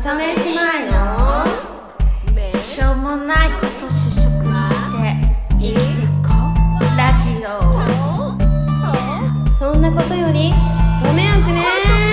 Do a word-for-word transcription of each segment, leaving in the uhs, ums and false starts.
朝飯前のしょうもないこと主食にして生きていこうラジオ。 そんなことよりご迷惑ね。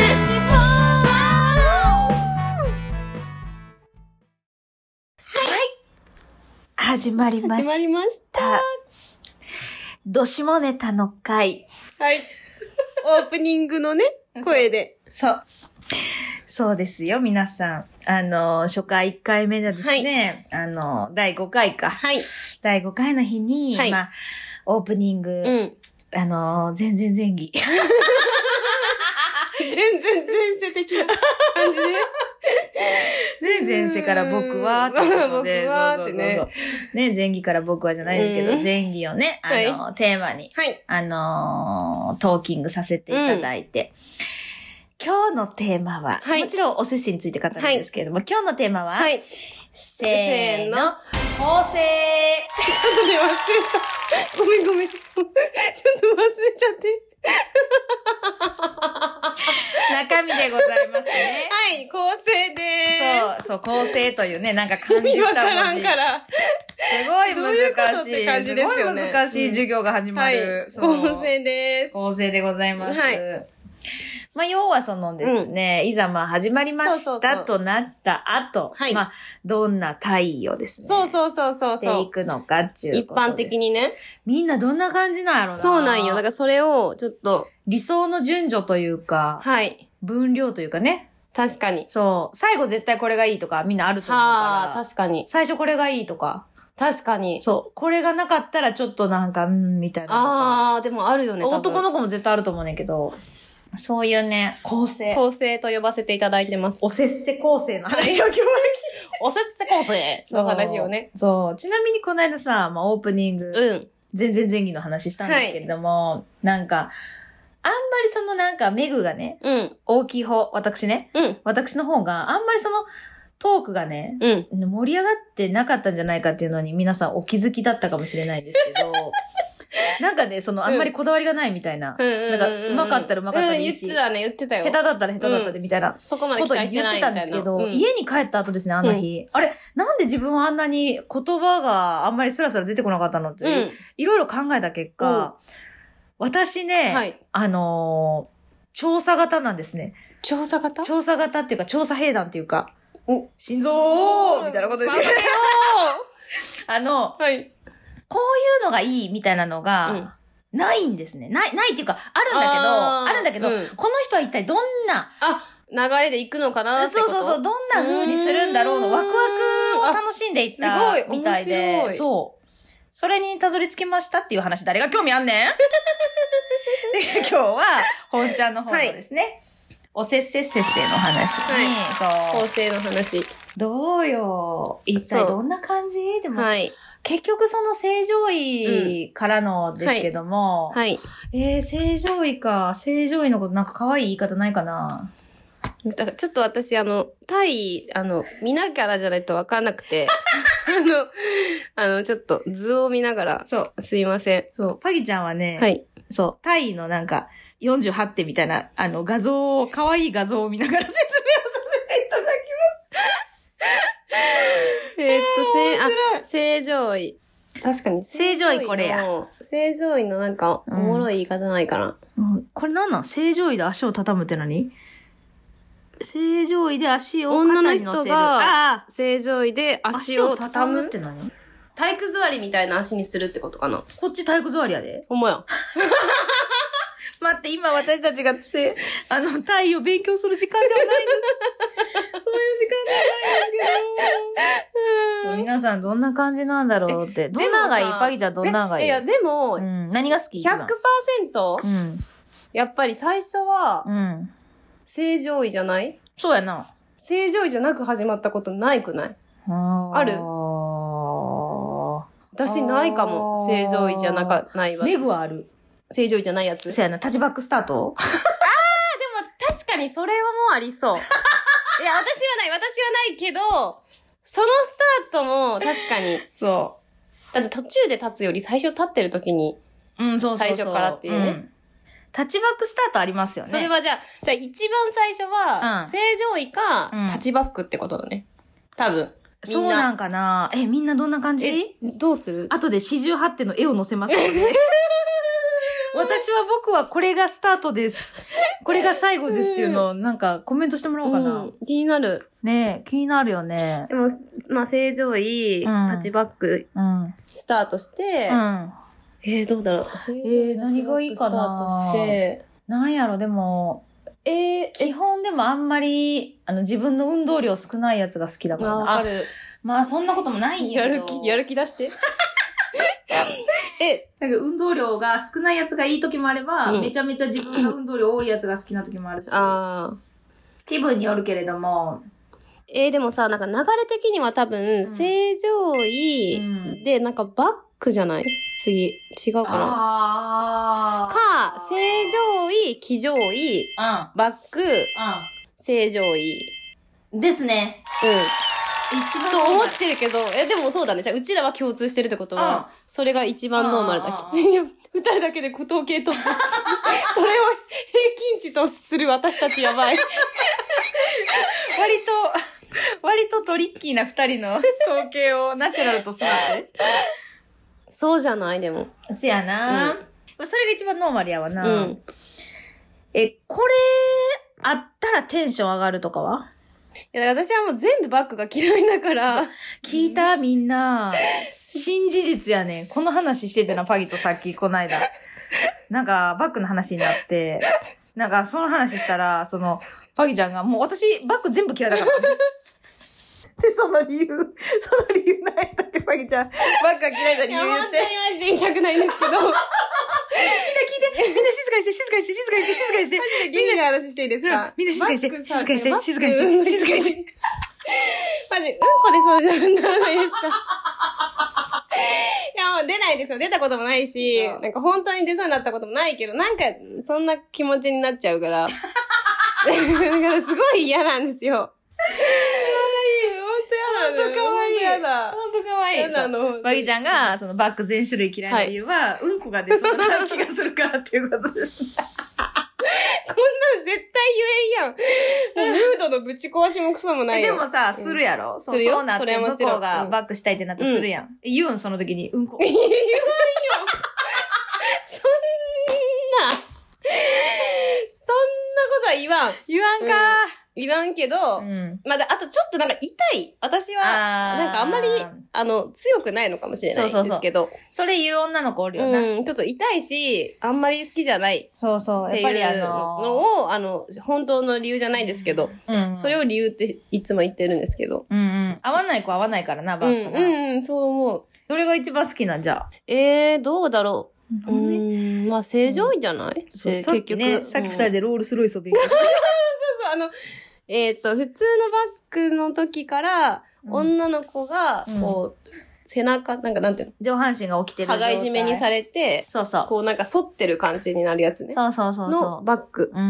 始まりました。 始まりました。 どしもネタの回。 はい。オープニングのね、声で。 そう。そうですよ、皆さん。あの、初回いっかいめでですね、はい、あの、だいごかいか。はい。だいごかいの日に、はい、まあ、オープニング、うん、あの、全然前儀。 全然前世的な感じで。 ね、前世から僕は、ってことで、 僕はってね。 そうそうそうそうね、前儀から僕はじゃないですけど、うん、前儀をね、あの、はい、テーマに、はい、あの、トーキングさせていただいて、うん、今日のテーマは、はい、もちろんおせっせについて語るんですけれども、はい、今日のテーマは、はい、せーの、構成。 ちょっとね、忘れた。ごめんごめん。ちょっと忘れちゃって。 中身でございますね。 はい、構成でーす。そう、そう、構成というね、なんか漢字二文字。 わからんから。 すごい難しい。 どういうことって感じですよね。 すごい難しい授業が始まる。 うん、はい、構成です。 構成でございます。 はい。 まあ、要はそのですね、うん、いざまあ始まりましたとなった後、はい、まあ、どんな対応ですね。 そうそうそうそう。 していくのかっていうことです。 一般的にね。 みんなどんな感じなんやろな。 そうなんよ。だからそれをちょっと。 理想の順序というか、はい。分量というかね。 確かに。 そう。最後絶対これがいいとかみんなあると思うから。はあ、確かに。 最初これがいいとか。 確かに。 そう。これがなかったらちょっとなんか、うん、みたいな。 ああ、でもあるよね。 男の子も絶対あると思うねんけど。そういうね、構成。 構成と呼ばせていただいてます。 おせっせ構成の話を今日はおせっせ構成の話をね。 そう。ちなみにこの間さ、まあオープニング。うん。全然前儀の話したんですけれども、はい、なんか、あんまりそのなんかメグがね、うん、大きい方、私ね、うん、私の方があんまりそのトークがね、うん、盛り上がってなかったんじゃないかっていうのに皆さんお気づきだったかもしれないですけど、なんかね、そのあんまりこだわりがないみたいな、うん、なんかうまかったらうまかったらいいし、 うん、言ってたね、言ってたよ。 下手だったら下手だったでみたいな、うん、 そこまで期待してないみたいな。 こと言ってたんですけど、うん、家に帰った後ですね、あの日、うん、あれ、なんで自分はあんなに言葉があんまりスラスラ出てこなかったのって、うん、いろいろ考えた結果、うん、私ね、はい、あのー、調査型なんですね。 調査型調査型っていうか、調査兵団っていうか、お心臓みたいなことですよ。あの、はい、こういうのがいいみたいなのが、うん、ないんですね。ない、ないっていうか、あるんだけど、あ, あるんだけど、うん、この人は一体どんな、 あ、流れで行くのかなってこと。 そうそうそう、どんな風にするんだろうのワクワクを楽しんでいったみたいで、面白い。そう。それにたどり着きましたっていう話、誰が興味あんねんで今日は、本ちゃんの方のですね、はい、おせっせっせっせの話に、 はい、そう。構成の話。 どうよ。一体どんな感じでも、はい、結局その正常位からのですけども、うん、はい。はい、えー、正常位か。正常位のことなんか可愛い言い方ないかな。 だからちょっと私、あの、対、あの、見ながらじゃないとわかんなくて、あの、あの、ちょっと図を見ながら、そう、すいません。 そう、パギちゃんはね、はい。そう、タイのなんか、よんじゅうはちてんみたいな、あの、画像を、可愛い画像を見ながら説明をさせていただきます。 えっと、せ、あ、正常位。確かに。 正常位これや。 正常位のなんか、おもろい言い方ないかな。 うん、これなんなん正常位で足を畳むって何？正常位で足を肩に乗せる。 女の人が、正常位で足を畳むって何？ 体育座りみたいな足にするってことかな。 こっち体育座りやで。 ほんまや。 待って、今私たちがせ、あの、タイを勉強する時間ではないんです。そういう時間ではないんですけど。皆さんどんな感じなんだろうって。どんながいい？パギちゃんどんながいい？ いや、でも、 うん、何が好き？ ひゃくパーセント？ うん。やっぱり最初は、うん。正常位じゃない？ そうやな。 正常位じゃなく始まったことないくない？あ, ある？私ないかも。正常位じゃなか、ないわ。 メグはある。 正常位じゃないやつ。 そうやな、タッチバックスタートあー、でも確かにそれはもうありそう。いや、私はない、私はないけど、そのスタートも確かに。そう。だって途中で立つより最初立ってる時に、うん、そうそうそう。最初からっていうね。うん、 タッチバックスタートありますよね。 それはじゃあ、じゃあ一番最初は、正常位か、タッチバックってことだね。多分。 そうなんかな。え、みんなどんな感じ？ え、どうする？ 後で四十八手の絵を載せますので。私は僕はこれがスタートです。これが最後ですっていうのをなんかコメントしてもらおうかな。うん、 気になる。 ねえ、気になるよね。 でも、まあ、正常位、うん、タッチバック、うん、スタートして、うん、えー、どうだろう。 えー、何がいいかな。スタートして、なんやろ、でも、えー、基本でもあんまり、あの、自分の運動量少ないやつが好きだから。 あ、わかる。 まあ、そんなこともないんやけど。 やる気、やる気出して。 え、なんか運動量が少ないやつがいい時もあれば、うん、めちゃめちゃ自分が運動量多いやつが好きな時もあるし。あ気分によるけれども。 えー、でもさ、なんか流れ的には多分、うん、正常位で、なんかバックじゃない？次。違うかなあか、正常位、騎乗位、うん、バック、うん、正常位。 ですね。うん。 一番と思ってるけど、え、でもそうだね。じゃあ、うちらは共通してるってことは、うん、それが一番ノーマルだっけ。いや、二人だけで統計と、それを平均値とする私たちやばい。 割と、割とトリッキーな二人の統計をナチュラルとするって。 そうじゃないでも。 せやな、うん、それが一番ノーマルやわな。うん、え、これ、あったらテンション上がるとかはいや、私はもう全部バックが嫌いだから。 聞いたみんな。新事実やねん。この話しててな、パギとさっき、この間。なんか、バックの話になって、なんか、その話したら、その、パギちゃんが、もう私、バック全部嫌いだから。で、その理由、その理由何やったっけ、パギちゃん。バックが嫌いな理由言って。いや、 本当にマジで言いたくないんですけど。みんな聞いて、みんな静かにして、静かにして、静かにして、静かにして。 マジでギリの話していいですか？ みんな静かにして、静かにして、静かにして、静かにして。 マジ、うんこでそうならないですか？いや、もう出ないですよ。出たこともないし、なんか本当に出そうになったこともないけど、なんか、そんな気持ちになっちゃうから。だからすごい嫌なんですよ。 ほんとかわいい。ほんとかわいい。そう。バギちゃんが、そのバック全種類嫌いな理由は、はい、うんこが出そうな気がするからっていうことです。こんなの絶対言えんやん。ムードのぶち壊しもクソもないよ。 でもさ、するやろ、うん、そう、するよ。そうなって、どこがバックしたいってなったらするやん。うん、言うん、その時に、うんこ。言わんよ。 そんな、そんなことは言わん。 言わんかー。うん言わんけど、うん、まだ、あとちょっとなんか痛い。私は、なんかあんまり、あの、強くないのかもしれないんですけど。 そうそうそう。それ言う女の子おるよな。 うん、ちょっと痛いし、あんまり好きじゃない。 そうそう。やっぱりあののを、あの、本当の理由じゃないんですけど、うんうん、それを理由っていつも言ってるんですけど。 うんうん。合わない子合わないからな、バックが。 うん、うん、そう思う。 どれが一番好きなんじゃあ。 えー、どうだろう。うん、まあ正常位じゃない、うん、 そう、さっきね、さっき二人でロールスロイスを勉強して。 そうそう、あの、えっと、普通のバックの時から、女の子が、こう、うん、背中、なんかなんていうの？ 上半身が起きてる。 羽交い締めにされて、 そうそう。 こうなんか反ってる感じになるやつね。 そうそうそうそう。 のバック。うん。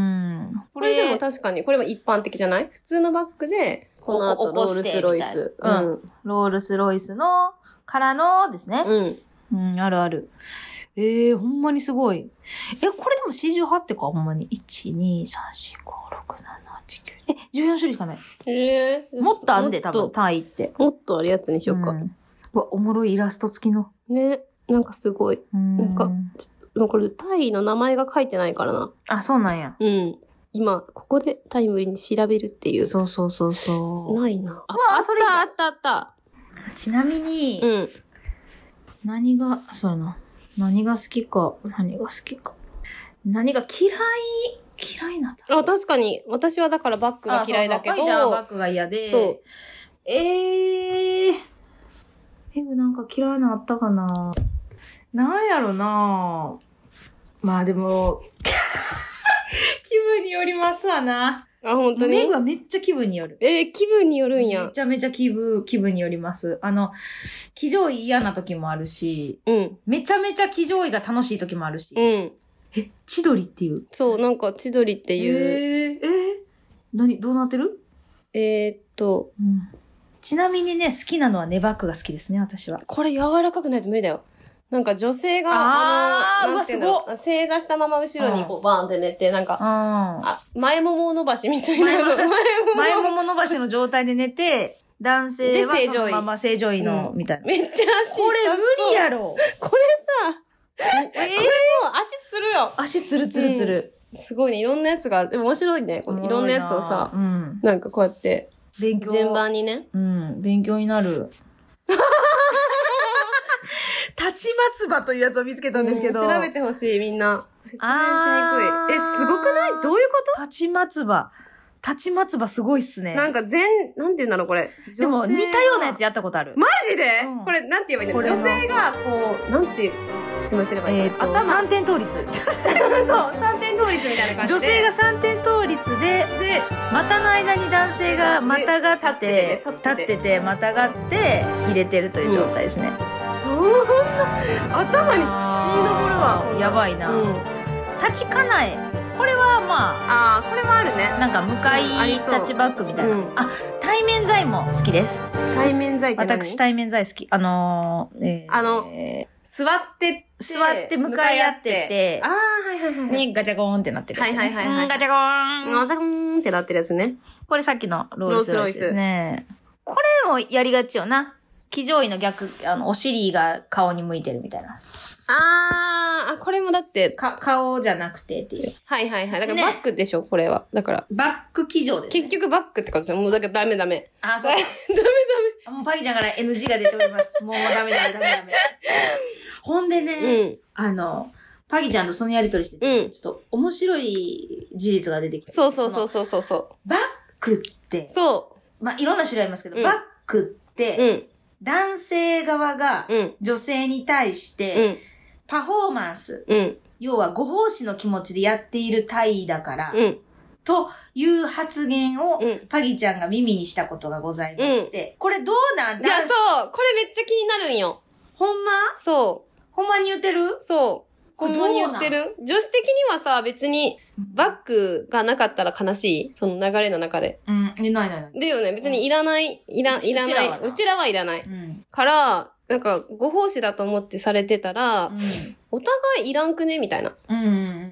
これでも確かに、これも一般的じゃない？普通のバックで、この後ロールスロイス。 うん。ロールスロイスの、からのですね。うん。うん、あるある。ええー、ほんまにすごい。え、これでもよんじゅうはちってか、ほんまに。いち、に、さん、よん、ご、ろく、なな、はち、きゅう。え、じゅうよん種類しかない。 ええー。 もっとあんで、多分、単位って。 もっとあるやつにしようか。うん、 うわ、おもろいイラスト付きの。 ね。なんかすごい。んなんか、ちょっと、これ、単位の名前が書いてないからな。 あ、そうなんや。 うん。今、ここでタイムリーに調べるっていう。 そうそうそうそう。 ないな。 あ、あそれあったあったあった。 ちなみに、うん。何が、そうやな。何が好きか、何が好きか。何が嫌い、嫌いなった。あ、確かに。私はだからバックが嫌いだけど。そうそう、 じゃあバックが嫌で。そう。えー。え、なんか嫌いなあったかな。なんやろな。まあでも、気分によりますわな。 あ、本当に？ メグはめっちゃ気分による。 えー、気分によるんや。 めちゃめちゃ気分、気分によります。あの、騎乗位嫌な時もあるし、うん。めちゃめちゃ騎乗位が楽しい時もあるし。うん。え、千鳥っていう？ そう、なんか千鳥っていう。 えー、えー、何、どうなってる？ えー、っと、うん。 ちなみにね、好きなのはネバックが好きですね、私は。 これ柔らかくないと無理だよ。 なんか女性が、 あー、 あの、 うわ、すごっ正座したまま後ろにこう、バーンって寝て、なんか、あ、前もも伸ばしみたいな。 前もも伸ばしの状態で寝て、男性はそのまま正常位の、みたいな。 めっちゃ足これ無理やろ。 これさ、えー、これもう足つるよ。 足つるつるつる。 すごいね。いろんなやつがある。でも面白いね。このいろんなやつをさ、なんかこうやって、 勉強。 順番にね。 うん、勉強になる。立ち松葉というやつを見つけたんですけど。 調べてほしい、みんな。説明しにくい。え、すごくないどういうこと立ち松葉。立ち松葉すごいっすね。 なんか全、なんて言うんだろう、これ。 でも似たようなやつやったことある。 マジで、うん、これ、なんて言えばいいんだろう。女性が、こう、なんて説明すればいいの、 えっと、三点倒立。そう、 三点倒立みたいな感じで。 女性が三点倒立で、で、股の間に男性がまたがって、立ってて、またがって入れてるという状態ですね。 うん、そんな、頭に血昇るわ。 やばいな。うん、立ちかなえ。これはまあ、ああ、これはあるね。 なんか向かいタッチバックみたいな。うん、あ、対面剤も好きです。 対面剤って何？ 私対面剤好き。あのー、えー、あの、座って座って向かい合ってて、 ああ、はいはいはい。 にガチャゴーンってなってるやつ、ね。はいはいはい、はい。ガチャゴーン。 ガチャゴーンってなってるやつね。これさっきのロールスロイスですね。これもやりがちよな。騎乗位の逆、あの、お尻が顔に向いてるみたいな。 あー、あ、これもだって、 か、顔じゃなくてっていう。 はいはいはい。だからバックでしょ、ね、これは。だから。 バック騎乗ですね。 結局バックってことですよ。もうだからダメダメ。 あ、そう。ダメダメ。 もうパギちゃんから エヌジー が出ております。もうダメダメダメダメ。ほんでね、うん、あの、パギちゃんとそのやりとりしてて、うん、ちょっと面白い事実が出てきて。 そうそうそうそうそうそう。 バックって、 そう。 まあ、いろんな種類ありますけど、うん、バックって、うん、男性側が女性に対して、うん、パフォーマンス、うん、要はご奉仕の気持ちでやっている体位だから、うん、という発言を、うん、パギちゃんが耳にしたことがございまして、うん、これどうなんだ？ いや、そう、これめっちゃ気になるんよ。 ほんま？ そう。 ほんまに言ってる？ そう。ほんまに言ってる？女子的にはさ、別に、バックがなかったら悲しい？その流れの中で。 うん、ないないない。 だよね、別にいらない、いら、いらない。うちらはいらない。うん、から、なんか、ご奉仕だと思ってされてたら、うん、お互いいらんくねみたいな。うん、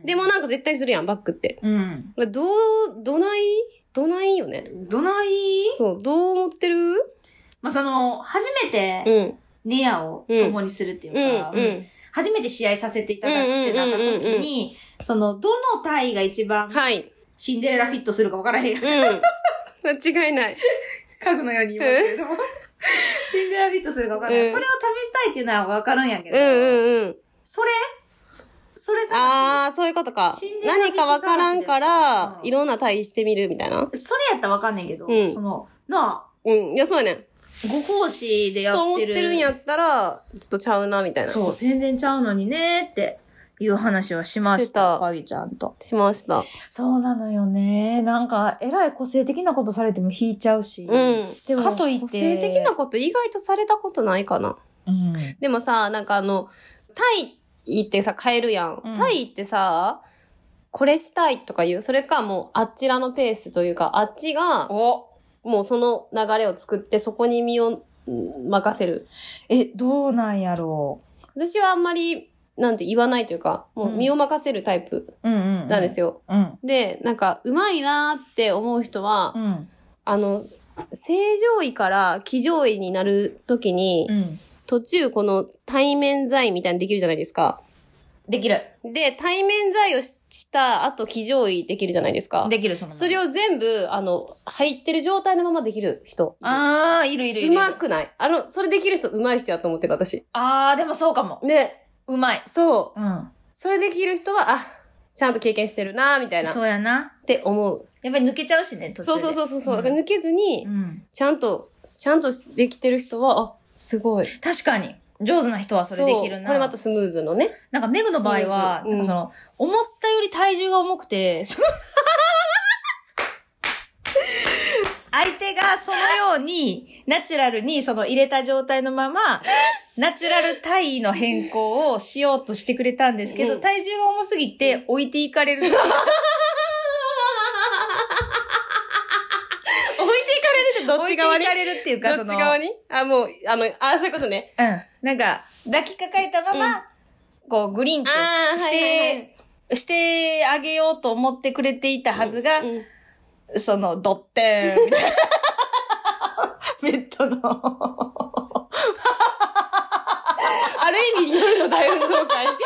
でもなんか絶対するやん、バックって。うん、どう、どないどないよね。 どないそう、どう思ってる？ まあ、その、初めて、ネアを共にするっていうか、うんうんうん、初めて試合させていただくってなった時に、その、どの体が一番、シンデレラフィットするか分からへんやん。 うん、間違いない。 家具のように言いますけれども。シンデレラフィットするか分からない、うん。それを試したいっていうのは分かるんやけど。うんうんうん。それそれさ。 ああ、そういうことか。何か分からんから、うん、いろんな体してみるみたいな。 それやったら分かんないけど、うん、その、なあ。 うん。いや、そうやね。 ご奉仕でやってる。と思ってるんやったら、ちょっとちゃうな、みたいな。 そう、全然ちゃうのにねーっていう話はしました。パギちゃんと。 しました。 そうなのよね。なんか、えらい個性的なことされても引いちゃうし。 うん。 でも、かといって。 個性的なこと意外とされたことないかな。うん。でもさ、なんかあの、タイってさ、変えるやん。うん、タイってさ、これしたいとか言う。それかもう、あっちらのペースというか、あっちが、おもうその流れを作って、そこに身を任せる。 え、どうなんやろう。 私はあんまり、なんて言わないというか、もう身を任せるタイプなんですよ。うんうんうん、で、なんか、うまいなーって思う人は、うん、あの、正常位から騎乗位になるときに、うん、途中この対面剤みたいにできるじゃないですか。 できる。 で、対面剤をした後、騎乗位できるじゃないですか。 できる、その。 それを全部、あの、入ってる状態のままできる人。 あー、いるいるいる。 うまくない？あの、それできる人、うまい人やと思ってる、私。 あー、でもそうかも。 ね。 うまい。 そう。うん。それできる人は、あ、ちゃんと経験してるな、みたいな。 そうやな。 って思う。 やっぱり抜けちゃうしね、途中で。 そうそうそうそう。うん、だから抜けずに、うん、ちゃんと、ちゃんとできてる人は、あ、すごい。 確かに。上手な人はそれできるな。 これまたスムーズのね。 なんかメグの場合は、なんかその、うん、思ったより体重が重くて、相手がそのように、ナチュラルにその入れた状態のまま、ナチュラル体位の変更をしようとしてくれたんですけど、うん、体重が重すぎて置いていかれるっていう。置いていかれるってどっち側に？ 置いていかれるっていうか、その。 どっち側に？あ、もう、あの、あ、そういうことね。 うん。なんか、 抱きかかえたまま、うん、こうグリーンとし、して、はいはいはい、してあげようと思ってくれていたはずが、うんうん、その、ドッテンみたいな。ベッドの。 ある意味夜の大運動会。本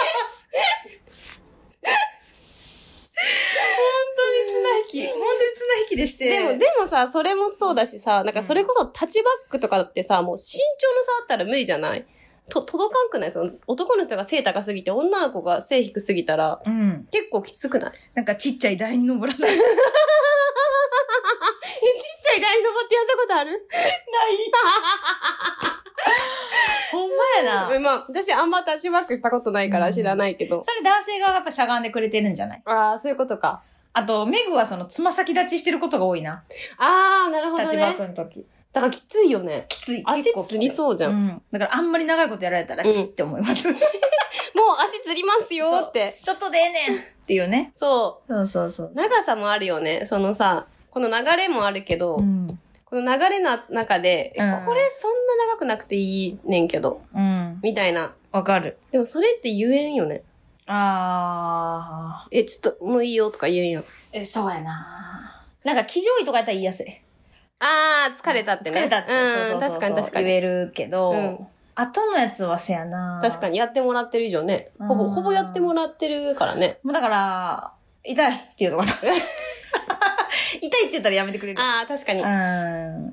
当に綱引き。本当に綱引きでして。 でも、でもさ、それもそうだしさ、なんかそれこそタッチバックとかってさ、もう身長の差あったら無理じゃないと、届かんくないその男の人が背高すぎて、女の子が背低すぎたら、うん、結構きつくないなんかちっちゃい台に登らない。ちっちゃい台に登ってやったことあるない。 ほんまやな。 まあ、私あんまタッチバックしたことないから知らないけど。うん、 それ男性側がやっぱしゃがんでくれてるんじゃない？ ああ、そういうことか。 あと、メグはそのつま先立ちしてることが多いな。 ああ、なるほどね。 タッチバックの時。 だからきついよね。 きつい。 足つりそうじゃん。うん。 だからあんまり長いことやられたらチッって思います。うん、もう足つりますよって。 ちょっとでええねんっていうね。 そう。 そうそうそう。 長さもあるよね。そのさ、この流れもあるけど、うん、この流れの中で、うん、これそんな長くなくていいねんけど、うん、みたいな。 わかる。 でもそれって言えんよね。 あー。 え、ちょっともういいよとか言えんよ。 え、そうやな。なんか、騎乗位とかやったら言いやすい。 あー、疲れたってね。 疲れたって。うん、そうそうそう。確かに確かに。言えるけど、うん、後のやつはせやな。 確かに、やってもらってる以上ね。ほぼ、ほぼやってもらってるからね。 もうだから、痛いって言うのかな。痛いって言ったらやめてくれる。 ああ、確かに。 うん。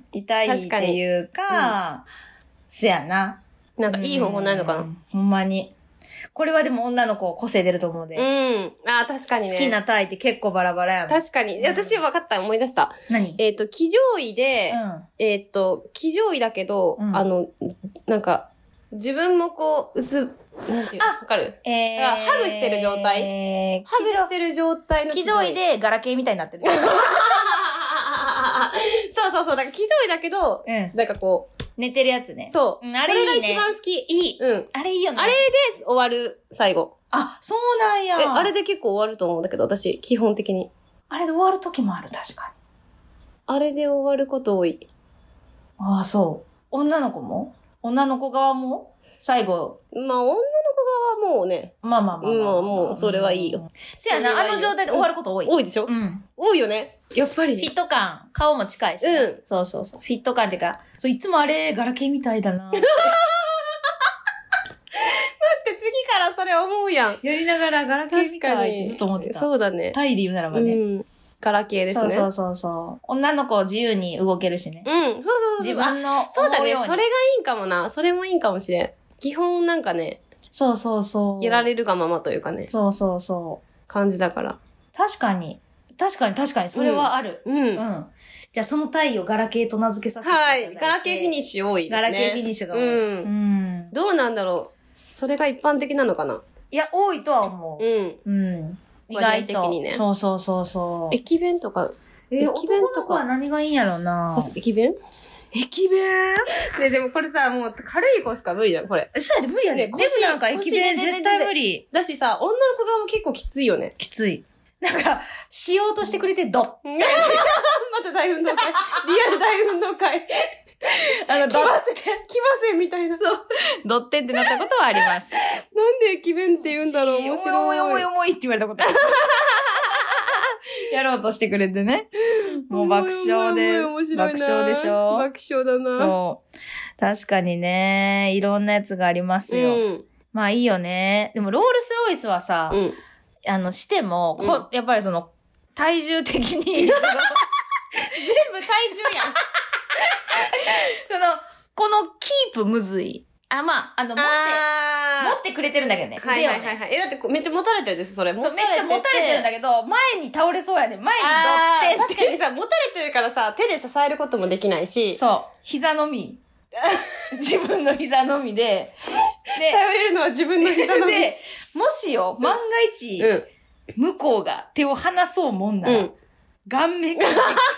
痛いっていうか、かうん、せやな。 なんかいい方法ないのかな、 ほんまに。これはでも女の子個性出ると思うで。 うん。ああ、確かにね。 好きな体って結構バラバラやもん。 確かに。うん、私は分かった。思い出した。 何えっ、ー、と、騎乗位で、うん、えっ、ー、と、騎乗位だけど、うん、あの、なんか、自分もこう、うつ、なんていうのわかるえー、ハグしてる状態、えー、ハグしてる状態の騎乗位でガラケーみたいになってる。 そうそうそう。だから騎乗位だけど、うん、なんかこう、 寝てるやつね。 そう。うん、あれいいね。それが一番好き。 いい。うん。あれいいよね。 あれで終わる、最後。 あ、そうなんや。 え、あれで結構終わると思うんだけど、私、基本的に。 あれで終わる時もある、確かに。 あれで終わること多い。 ああ、そう。女の子も女の子側も最後。 まあ、女の子側はもうね。 まあまあまあ、まあ。 うん、もう、それはいいよ。 せやな、あの状態で終わること多い。 多いでしょうん。多いよね。やっぱり。 フィット感、顔も近いし。うん。そうそうそう。フィット感っていうか、そう、いつもあれ、ガラケーみたいだな。待って、 次からそれ思うやん。 やりながらガラケーみたいってずっと思ってた。 そうだね。 タイで言うならばね。うん。 ガラケーですね。 そうそうそうそう。女の子自由に動けるしね。 うん。そうそうそう。 自分の。 そうだね。それがいいんかもな。それもいいんかもしれん。基本なんかね。 そうそうそう。 やられるがままというかね。 そうそうそう。 感じだから。 確かに。確かに確かに。それはある。うん。うん。うん、じゃあその体をガラケーと名付けさせていただいて。 はい。ガラケーフィニッシュ多いですね。 ガラケーフィニッシュが多い。うん。うん、 どうなんだろう。それが一般的なのかな。 いや、多いとは思う。うん。うん。意外と。的にね。そうそうそうそう。 駅弁とか。 えー、駅弁とかは何がいいんやろうな。 駅弁駅弁ね、でもこれさ、もう軽い子しか無理じゃん、これ。 え、そうやで無理やね。メグなんか駅弁絶対無理。 だしさ、女の子側も結構きついよね。 きつい。なんか、しようとしてくれて、ドッ。 また大運動会。リアル大運動会。あの、来ません、来ませんみたいな。 そう。ドッテンってなったことはあります。 なんで駅弁って言うんだろう、面白い。 重い重い重いって言われたことある。やろうとしてくれてね。もう爆笑です。面白いな。爆笑でしょ。 爆笑だな。 そう。確かにね、いろんなやつがありますよ。うん、まあいいよね。でもロールスロイスはさ、うん、あの、しても、こ、うん、やっぱりその、体重的に。全部体重やん。その、このキープむずい。あ、まあ、あの、持って、持ってくれてるんだけどね。 はいはいはいはい。え、だってめっちゃ持たれてるでしょ、それ。 そう、めっちゃ持たれてるんだけど、前に倒れそうやね。前にドッて。 確かにさ、持たれてるからさ、手で支えることもできないし。 そう。膝のみ。自分の膝のみで。で、 頼れるのは自分の膝のみ。で、 もしよ、万が一、うん、向こうが手を離そうもんなら、うん、顔面が激突。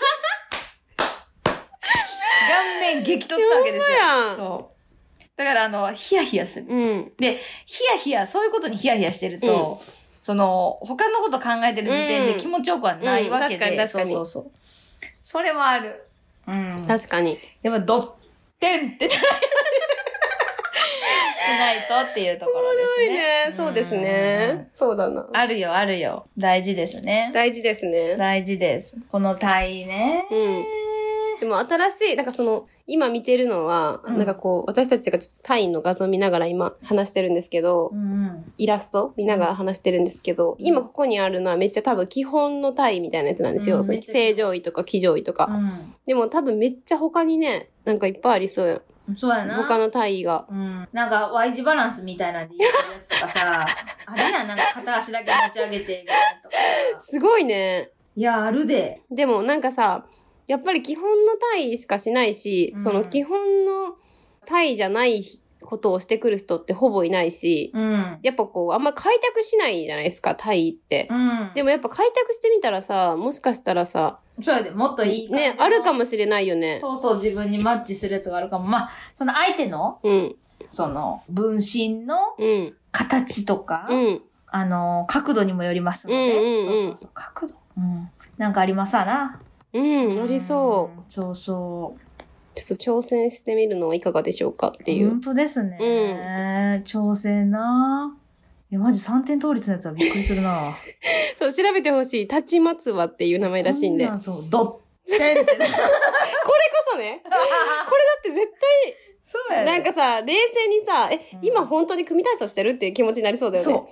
顔面激突したわけですよ。そう。だから、あの、ヒヤヒヤする。うん。で、ヒヤヒヤ、そういうことにヒヤヒヤしてると、うん、その、他のこと考えてる時点で気持ちよくはないわけで。うんうん、確かに確かに。そうそうそう。それはある。 うん。確かに。 でも、ドッテンって。 ないとっていうところですね。 おもろいね。そうですね。そうだな。 あるよ、あるよ。大事ですね。 大事ですね。 大事です。この体ね。 うん。でも新しい、なんかその、今見てるのは、うん、なんかこう、私たちがちょっとタイの画像見ながら今話してるんですけど、うんうん、イラスト見ながら話してるんですけど、うん、今ここにあるのはめっちゃ多分基本のタイみたいなやつなんですよ。うん、正常位とか騎乗位とか、うん。でも多分めっちゃ他にね、なんかいっぱいありそうや。 そうやな。 他のタイが。 うん。なんか Y 字バランスみたいなんで言うやつとかさ、あれやん、なんか片足だけ持ち上げてみたいなとか。 すごいね。 いや、あるで。 でもなんかさ、やっぱり基本の体しかしないし、うん、その基本の体じゃないことをしてくる人ってほぼいないし、うん、やっぱこう、あんま開拓しないじゃないですか、体って。うん、でもやっぱ開拓してみたらさ、もしかしたらさ、 そうやで、もっといい感じね、あるかもしれないよね。 そうそう、自分にマッチするやつがあるかも。まあ、その相手の、うん、その、分身の形とか、うん、あの、角度にもよりますので、うんうんうん、そうそうそう、角度、うん、なんかありますわな。 うん、ありそう。 そうそう。 ちょっと挑戦してみるのはいかがでしょうかっていう。 本当ですね。うん、挑戦な。いや、マジさんてん倒立のやつはびっくりするな。 そう、調べてほしい。立ち松はっていう名前らしいんで。 んそう、ドッテンって。これこそね。これだって絶対、そうやね。なんかさ、冷静にさ、え、うん、今本当に組体操してるっていう気持ちになりそうだよね。そう。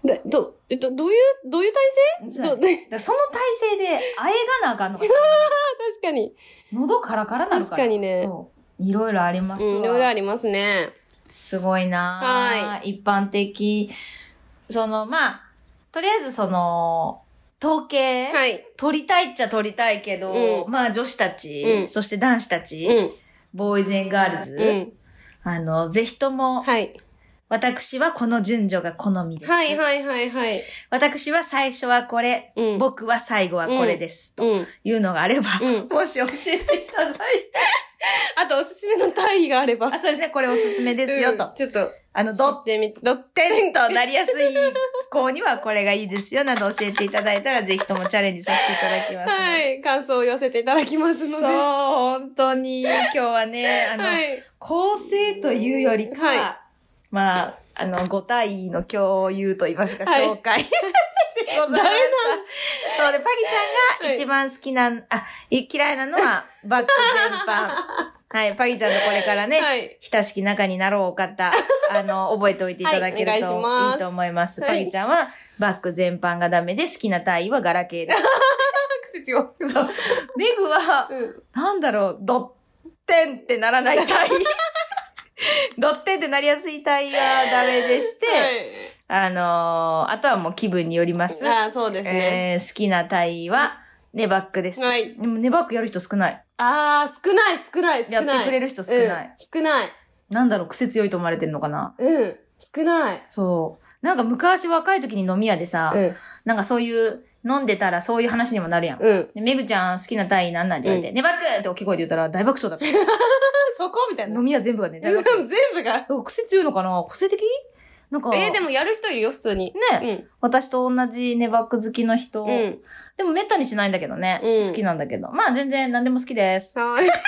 だど、えっと、どういう、どういう体勢どだその体勢で、あえがなあかんのかしら。 確かに。 喉カラカラなのかな。 確かにね。 そう。いろいろありますわ。 うん、いろいろありますね。 すごいなはい。一般的。その、まあ、とりあえずその、統計。はい。取りたいっちゃ取りたいけど、うん、まあ女子たち、うん、そして男子たち、うん、ボーイズ&ガールズ、うん、あの、ぜひとも、はい。私はこの順序が好みです。 はいはいはいはい。 私は最初はこれ、うん、僕は最後はこれです。うん、というのがあれば、うん、もし教えていただいて。 あとおすすめの体位があれば。 あ、そうですね。これおすすめですよと。 うん、ちょっと、 あの、ドッテン、ドッテンとなりやすい子にはこれがいいですよなど教えていただいたら、ぜひともチャレンジさせていただきます。 はい。感想を寄せていただきますので。 そう、本当に。今日はね、あの、はい、構成というよりか、はい、まあ、あの、ご体位の共有と言いますか、はい、紹介。 誰なんそうで、パギちゃんが一番好きな、はい、あ、嫌いなのは、バック全般。はい、パギちゃんとこれからね、はい、親しき仲になろうお方、あの、覚えておいていただけるといいと思います。はい、パギちゃんは、バック全般がダメで、好きな体位はガラケーです。 癖強。 そう。メグは、うん、なんだろう、ドッテンってならない体位。ドッテンってなりやすい体位はダメでして、はいあのー、あとはもう気分によります。 ああ、そうですね。 えー、好きな体位は、ネバックです。はい。でもネバックやる人少ない。 ああ、少ない、少ない、少ない。 やってくれる人少ない。うん、 少ない。 なんだろう、癖強いと思われてるのかな。 うん、少ない。 そう。なんか昔若い時に飲み屋でさ、うん、なんかそういう、飲んでたらそういう話にもなるやん。うん。で、めぐちゃん好きな体位なんなんって言われて、うん、ネバックって大きい声で言ったら大爆笑だった。 そこみたいな。 飲み屋全部がね。 全部が。 癖強いのかな個性的なんか。 えー、でもやる人いるよ、普通に。 ね。うん、私と同じネバック好きの人。うん、でもめったにしないんだけどね、うん。好きなんだけど。まあ全然何でも好きです。はい。えー。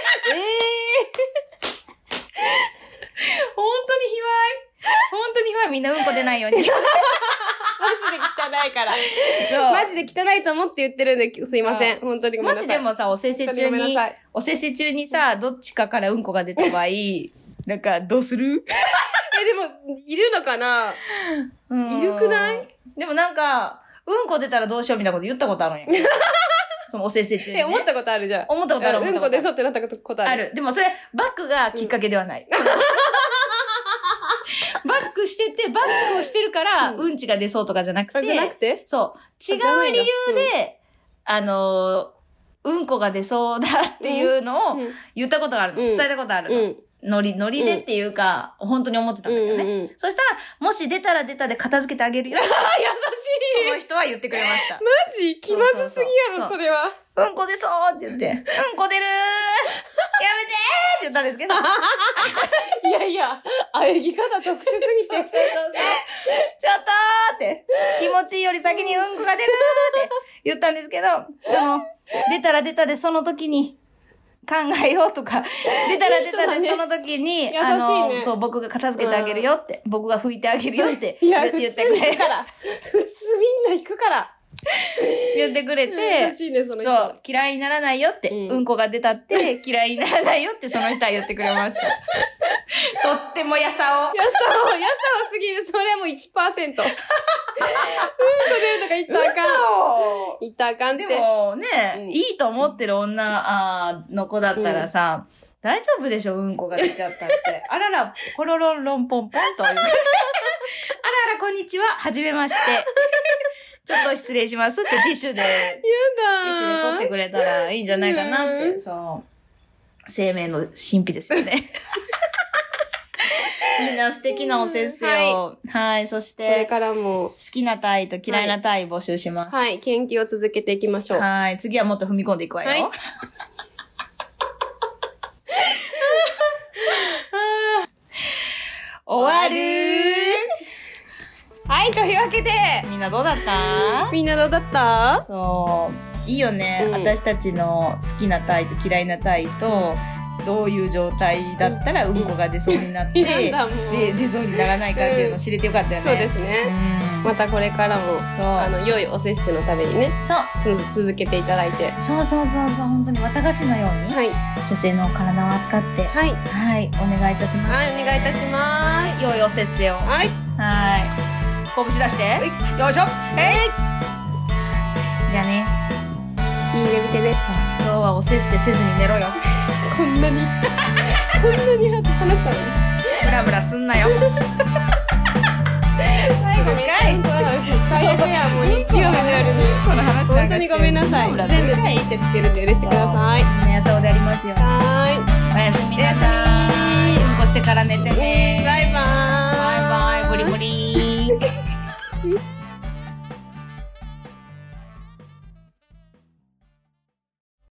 本当に卑猥。本当に卑猥。みんなうんこ出ないように。マジで汚いから。マジで汚いと思って言ってるんで、すいません。本当にごめんなさい。 もしでもさ、おせっせ中に、おせっせ中にさ、どっちかからうんこが出た場合、なんか、どうするえ、でも、いるのかな、うん、いるくないでもなんか、うんこ出たらどうしようみたいなこと言ったことあるんやけど。そのおせっせ中に、ね。 え、思ったことあるじゃん。 思ったことある。 うんこ出そうってなったことある。 ある。でもそれ、バックがきっかけではない。うんバックしてて、バックをしてるから、うんちが出そうとかじゃなくて。 じゃなくてそう。違う理由で、うん、あのー、うんこが出そうだっていうのを言ったことがあるの。うん、伝えたことあるの。うんノリ、ノリでっていうか、うん、本当に思ってたんだけどね。うんうんうん、そしたら、もし出たら出たで片付けてあげるよ。優しいその人は言ってくれました。 マジ気まずすぎやろ、それは。 うんこ出そうって言って、うんこ出るーやめてーって言ったんですけど。 いやいや、喘ぎ方特殊すぎて。そうそうそうちょっとーって、気持ちいいより先にうんこが出るーって言ったんですけど、でも、出たら出たでその時に、 考えようとか、出たら出たらその時に、あの、そう、僕が片付けてあげるよって、僕が拭いてあげるよって、 言ってくれるから。普通みんな行くから。 言ってくれて、 優しいね、その人。 そう、嫌いにならないよって、うん、うんこが出たって嫌いにならないよってその人は言ってくれました。とってもやさお。 やさお、やさおすぎる。それはもう いちパーセント。うんこ出るとか言ったらあかん。言ったらあかんって。 でもね、うん、いいと思ってる女の子だったらさ、うん、大丈夫でしょ、うんこが出ちゃったって。あらら、ポロロンロンポンポンという。あらあら、こんにちは。はじめまして。ちょっと失礼しますってティッシュで、やだティッシュで取ってくれたらいいんじゃないかなって、そう。生命の神秘ですよね。みんな素敵なおせっせを、はい、はい、そして、 これからも好きなタイと嫌いなタイ募集します。 はい、はい、研究を続けていきましょう。 はい、次はもっと踏み込んでいくわよ。はい、終わるー。 はい、というわけで、 みんなどうだった？ みんなどうだった？ そう、いいよね、うん、私たちの好きなタイと嫌いなタイと、どういう状態だったらうんこが出そうになって、うん、で出そうにならないかっていうのを知れてよかったよね。 そうですね。うん、またこれからも、そうあの良いおせっせのためにね、そう続けていただいて、 そうそうそうそう、本当に綿菓子のように、はい、女性の体を扱って、はい、はい、お願いいたします、ね。 はい、お願いいたします。 良いおせっせを。はい、はい。拳出して。よいしょ。えい。じゃあね。 いい夢見てね。 今日はおせっせせずに寝ろよ。 こんなにこんなに話したのに。 ブラブラすんなよ。 最後かい。最悪や、もう日曜日の夜にこの話本当にごめんなさい。全部ピーってつけるんで許してください。 みんなやさおでありますよ。はい。おやすみなさい。うんこしてから寝てね。 バイバーイ。 バイバイ。ブリブリ。